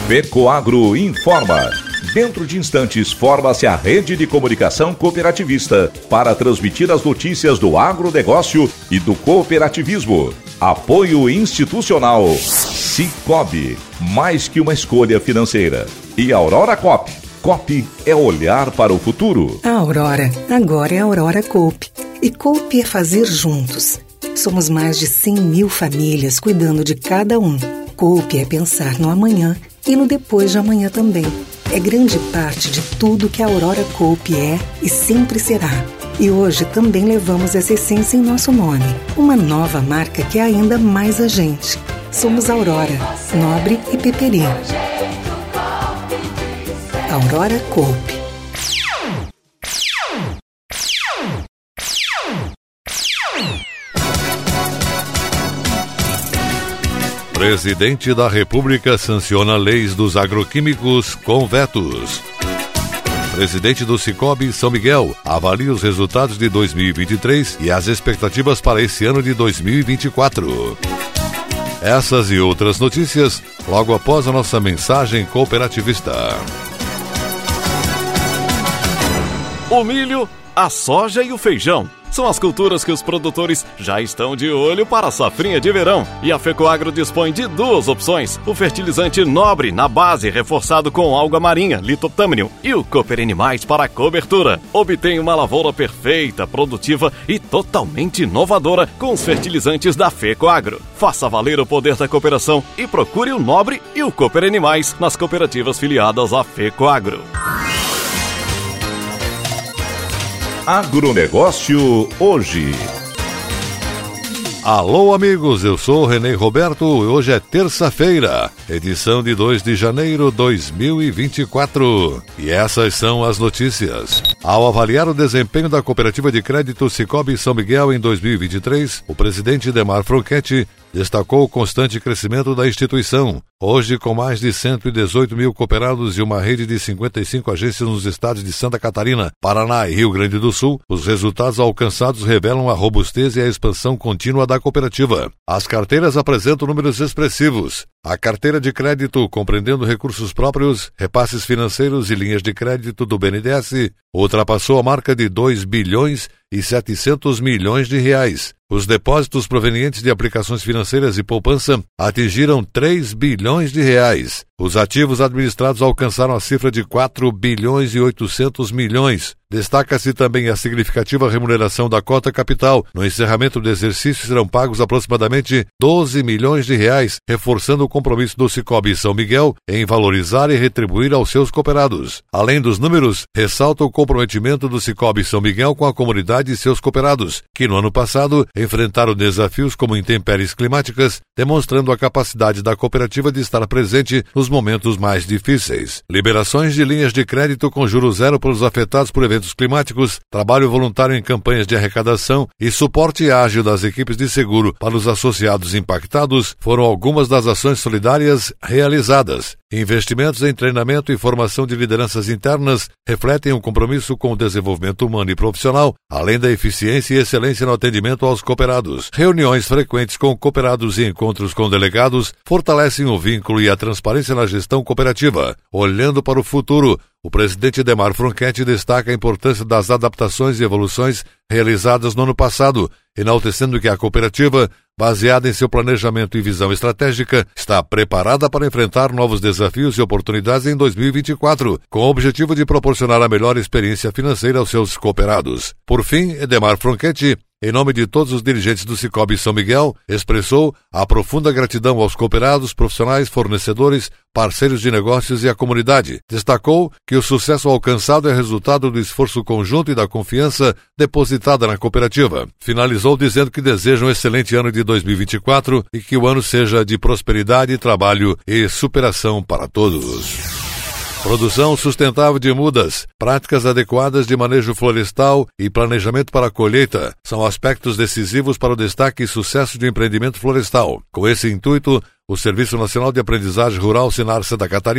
FECOAGRO informa. Dentro de instantes, forma-se a rede de comunicação cooperativista para transmitir as notícias do agronegócio e do cooperativismo. Apoio institucional. Cicobi, mais que uma escolha financeira. E Aurora Coop. Coop é olhar para o futuro. A Aurora, agora é a Aurora Coop. E Coop é fazer juntos. Somos mais de 100 mil famílias cuidando de cada um. Coop é pensar no amanhã e no depois de amanhã também. É grande parte de tudo que a Aurora Coop é e sempre será. E hoje também levamos essa essência em nosso nome. Uma nova marca que é ainda mais a gente. Somos Aurora, Nobre e Peperi. Aurora Coop. Presidente da República sanciona leis dos agroquímicos com vetos. Presidente do Cicobi São Miguel avalia os resultados de 2023 e as expectativas para esse ano de 2024. Essas e outras notícias logo após a nossa mensagem cooperativista. O milho, a soja e o feijão são as culturas que os produtores já estão de olho para a safrinha de verão. E a FECOAGRO dispõe de duas opções: o fertilizante Nobre na base, reforçado com alga marinha, Litotâmnium, e o Cooper Animais para a cobertura. Obtenha uma lavoura perfeita, produtiva e totalmente inovadora com os fertilizantes da FECOAGRO. Faça valer o poder da cooperação e procure o Nobre e o Cooper Animais nas cooperativas filiadas à FECOAGRO. Agronegócio hoje. Alô amigos, eu sou Renê Roberto e hoje é terça-feira, edição de 2 de janeiro de 2024. E essas são as notícias. Ao avaliar o desempenho da Cooperativa de Crédito Cicobi São Miguel em 2023, o presidente Demar Franchetti destacou o constante crescimento da instituição. Hoje, com mais de 118 mil cooperados e uma rede de 55 agências nos estados de Santa Catarina, Paraná e Rio Grande do Sul, os resultados alcançados revelam a robustez e a expansão contínua da cooperativa. As carteiras apresentam números expressivos. A carteira de crédito, compreendendo recursos próprios, repasses financeiros e linhas de crédito do BNDES, ultrapassou a marca de 2 bilhões e 700 milhões de reais. Os depósitos provenientes de aplicações financeiras e poupança atingiram 3 bilhões de reais. Os ativos administrados alcançaram a cifra de 4 bilhões e 800 milhões. Destaca-se também a significativa remuneração da cota capital. No encerramento do exercício serão pagos aproximadamente 12 milhões de reais, reforçando o compromisso do Cicobi São Miguel em valorizar e retribuir aos seus cooperados. Além dos números, ressalta o comprometimento do Cicobi São Miguel com a comunidade e seus cooperados, que no ano passado enfrentaram desafios como intempéries climáticas, demonstrando a capacidade da cooperativa de estar presente nos momentos mais difíceis. Liberações de linhas de crédito com juros zero para os afetados por eventos climáticos, trabalho voluntário em campanhas de arrecadação e suporte ágil das equipes de seguro para os associados impactados foram algumas das ações solidárias realizadas. Investimentos em treinamento e formação de lideranças internas refletem um compromisso com o desenvolvimento humano e profissional, além da eficiência e excelência no atendimento aos cooperados. Reuniões frequentes com cooperados e encontros com delegados fortalecem o vínculo e a transparência na gestão cooperativa. Olhando para o futuro, o presidente Demar Franchetti destaca a importância das adaptações e evoluções realizadas no ano passado, enaltecendo que a cooperativa, baseada em seu planejamento e visão estratégica, está preparada para enfrentar novos desafios e oportunidades em 2024, com o objetivo de proporcionar a melhor experiência financeira aos seus cooperados. Por fim, Demar Franchetti, em nome de todos os dirigentes do Cicobi São Miguel, expressou a profunda gratidão aos cooperados, profissionais, fornecedores, parceiros de negócios e à comunidade. Destacou que o sucesso alcançado é resultado do esforço conjunto e da confiança depositada na cooperativa. Finalizou dizendo que deseja um excelente ano de 2024 e que o ano seja de prosperidade, trabalho e superação para todos. Produção sustentável de mudas, práticas adequadas de manejo florestal e planejamento para a colheita são aspectos decisivos para o destaque e sucesso de empreendimento florestal. Com esse intuito, o Serviço Nacional de Aprendizagem Rural Senar Santa Catarina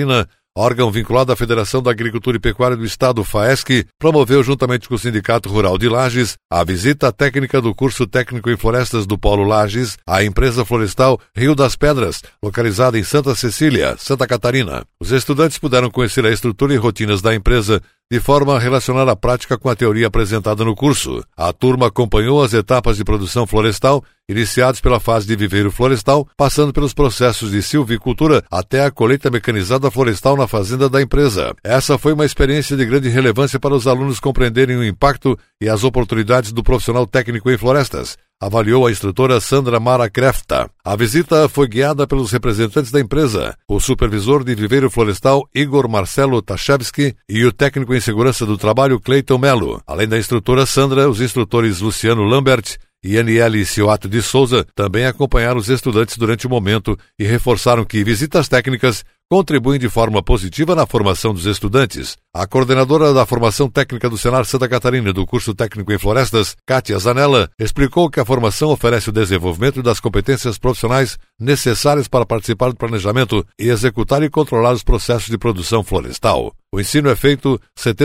órgão vinculado à Federação da Agricultura e Pecuária do Estado, FAESC, promoveu juntamente com o Sindicato Rural de Lages a visita técnica do curso técnico em florestas do Polo Lages à empresa florestal Rio das Pedras, localizada em Santa Cecília, Santa Catarina. Os estudantes puderam conhecer a estrutura e rotinas da empresa de forma a relacionar a prática com a teoria apresentada no curso. A turma acompanhou as etapas de produção florestal, iniciados pela fase de viveiro florestal, passando pelos processos de silvicultura até a colheita mecanizada florestal na fazenda da empresa. Essa foi uma experiência de grande relevância para os alunos compreenderem o impacto e as oportunidades do profissional técnico em florestas, avaliou a instrutora Sandra Mara Krefta. A visita foi guiada pelos representantes da empresa, o supervisor de viveiro florestal Igor Marcelo Tachevski e o técnico em segurança do trabalho Cleiton Melo. Além da instrutora Sandra, os instrutores Luciano Lambert e Aniele Cioato de Souza também acompanharam os estudantes durante o momento e reforçaram que visitas técnicas contribuem de forma positiva na formação dos estudantes. A coordenadora da formação técnica do Senar Santa Catarina do curso técnico em florestas, Kátia Zanella, explicou que a formação oferece o desenvolvimento das competências profissionais necessárias para participar do planejamento e executar e controlar os processos de produção florestal. O ensino é feito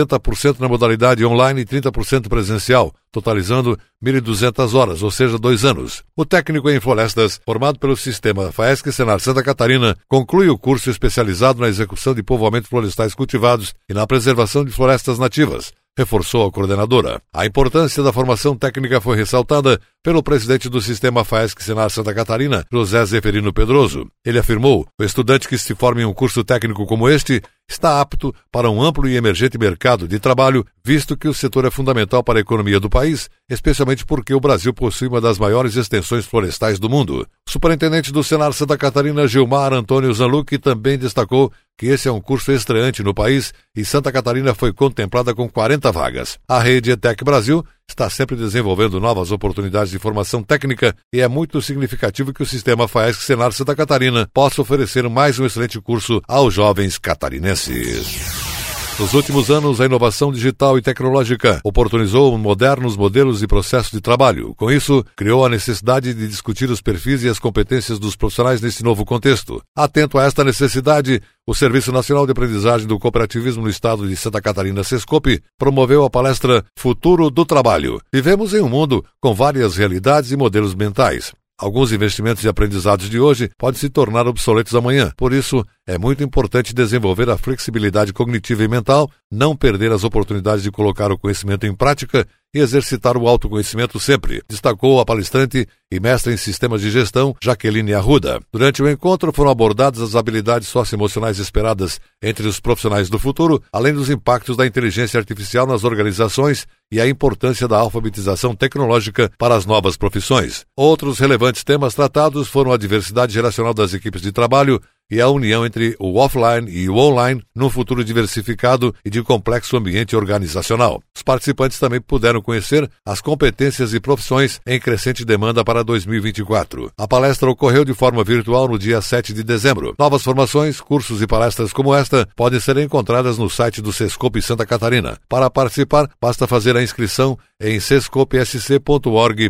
70% na modalidade online e 30% presencial, totalizando 1.200 horas, ou seja, 2 anos. O técnico em florestas, formado pelo sistema FAESC Senar Santa Catarina, conclui o curso especializado na execução de povoamentos florestais cultivados e na preservação de florestas nativas, reforçou a coordenadora. A importância da formação técnica foi ressaltada pelo presidente do sistema FAESC Senar Santa Catarina, José Zeferino Pedroso. Ele afirmou: o estudante que se forma em um curso técnico como este está apto para um amplo e emergente mercado de trabalho, visto que o setor é fundamental para a economia do país, especialmente porque o Brasil possui uma das maiores extensões florestais do mundo. O superintendente do Senar Santa Catarina, Gilmar Antônio Zanlucchi, também destacou que esse é um curso estreante no país e Santa Catarina foi contemplada com 40 vagas. A rede ETEC Brasil está sempre desenvolvendo novas oportunidades de formação técnica e é muito significativo que o sistema FAESC Senar Santa Catarina possa oferecer mais um excelente curso aos jovens catarinenses. Nos últimos anos, a inovação digital e tecnológica oportunizou modernos modelos e processos de trabalho. Com isso, criou a necessidade de discutir os perfis e as competências dos profissionais nesse novo contexto. Atento a esta necessidade, o Serviço Nacional de Aprendizagem do Cooperativismo no Estado de Santa Catarina, SESCOP, promoveu a palestra Futuro do Trabalho. Vivemos em um mundo com várias realidades e modelos mentais. Alguns investimentos e aprendizados de hoje podem se tornar obsoletos amanhã. Por isso, é muito importante desenvolver a flexibilidade cognitiva e mental, não perder as oportunidades de colocar o conhecimento em prática e exercitar o autoconhecimento sempre, destacou a palestrante e mestra em sistemas de gestão, Jaqueline Arruda. Durante o encontro foram abordadas as habilidades socioemocionais esperadas entre os profissionais do futuro, além dos impactos da inteligência artificial nas organizações e a importância da alfabetização tecnológica para as novas profissões. Outros relevantes temas tratados foram a diversidade geracional das equipes de trabalho e a união entre o offline e o online num futuro diversificado e de complexo ambiente organizacional. Os participantes também puderam conhecer as competências e profissões em crescente demanda para 2024. A palestra ocorreu de forma virtual no dia 7 de dezembro. Novas formações, cursos e palestras como esta podem ser encontradas no site do SESCOP Santa Catarina. Para participar, basta fazer a inscrição em sescopsc.org.br.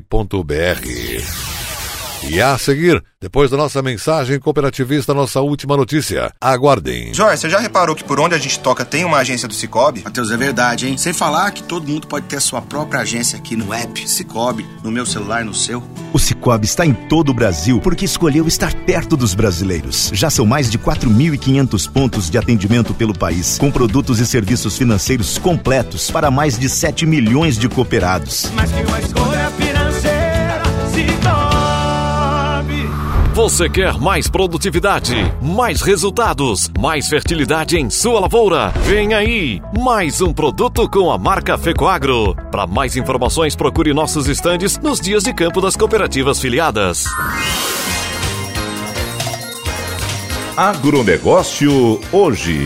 E a seguir, depois da nossa mensagem cooperativista, nossa última notícia. Aguardem. Jorge, você já reparou que por onde a gente toca tem uma agência do Cicobi? Matheus, é verdade, hein? Sem falar que todo mundo pode ter sua própria agência aqui no app Cicobi, no meu celular, no seu. O Cicobi está em todo o Brasil porque escolheu estar perto dos brasileiros. Já são mais de 4.500 pontos de atendimento pelo país, com produtos e serviços financeiros completos para mais de 7 milhões de cooperados. Mais que uma escolha financeira, Cicobi. Você quer mais produtividade, mais resultados, mais fertilidade em sua lavoura? Vem aí, mais um produto com a marca Fecoagro. Para mais informações, procure nossos estandes nos dias de campo das cooperativas filiadas. Agronegócio hoje.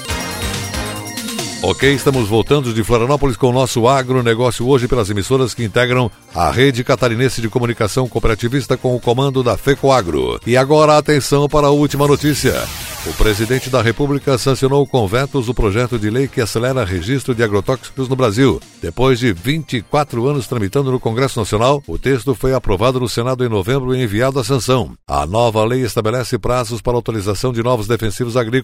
Ok, estamos voltando de Florianópolis com o nosso agronegócio hoje pelas emissoras que integram a Rede Catarinense de Comunicação Cooperativista com o comando da Fecoagro. E agora atenção para a última notícia. O presidente da República sancionou com vetos o projeto de lei que acelera registro de agrotóxicos no Brasil. Depois de 24 anos tramitando no Congresso Nacional, o texto foi aprovado no Senado em novembro e enviado à sanção. A nova lei estabelece prazos para autorização de novos defensivos agrícolas.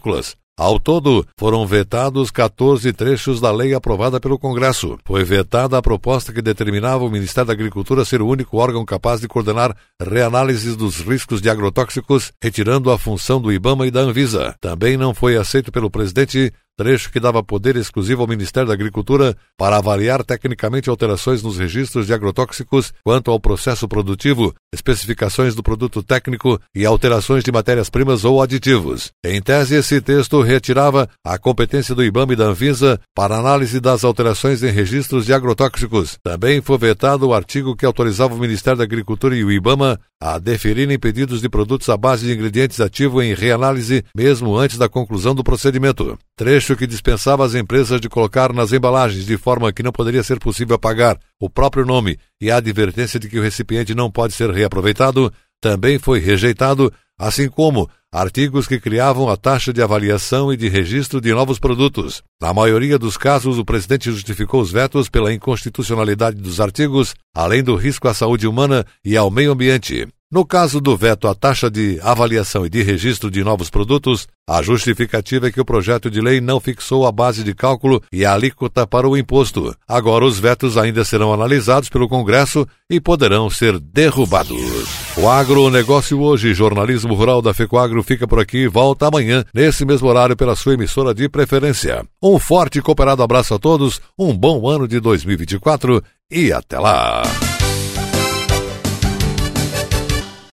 Ao todo, foram vetados 14 trechos da lei aprovada pelo Congresso. Foi vetada a proposta que determinava o Ministério da Agricultura ser o único órgão capaz de coordenar reanálises dos riscos de agrotóxicos, retirando a função do IBAMA e da Anvisa. Também não foi aceito pelo presidente trecho que dava poder exclusivo ao Ministério da Agricultura para avaliar tecnicamente alterações nos registros de agrotóxicos quanto ao processo produtivo, especificações do produto técnico e alterações de matérias-primas ou aditivos. Em tese, esse texto retirava a competência do IBAMA e da Anvisa para análise das alterações em registros de agrotóxicos. Também foi vetado o artigo que autorizava o Ministério da Agricultura e o IBAMA a deferirem pedidos de produtos à base de ingredientes ativos em reanálise mesmo antes da conclusão do procedimento. Trecho que dispensava as empresas de colocar nas embalagens de forma que não poderia ser possível apagar o próprio nome e a advertência de que o recipiente não pode ser reaproveitado, também foi rejeitado, assim como artigos que criavam a taxa de avaliação e de registro de novos produtos. Na maioria dos casos, o presidente justificou os vetos pela inconstitucionalidade dos artigos, além do risco à saúde humana e ao meio ambiente. No caso do veto à taxa de avaliação e de registro de novos produtos, a justificativa é que o projeto de lei não fixou a base de cálculo e a alíquota para o imposto. Agora os vetos ainda serão analisados pelo Congresso e poderão ser derrubados. O Agronegócio Hoje, jornalismo rural da FECOAGRO, fica por aqui e volta amanhã, nesse mesmo horário, pela sua emissora de preferência. Um forte e cooperado abraço a todos, um bom ano de 2024 e até lá!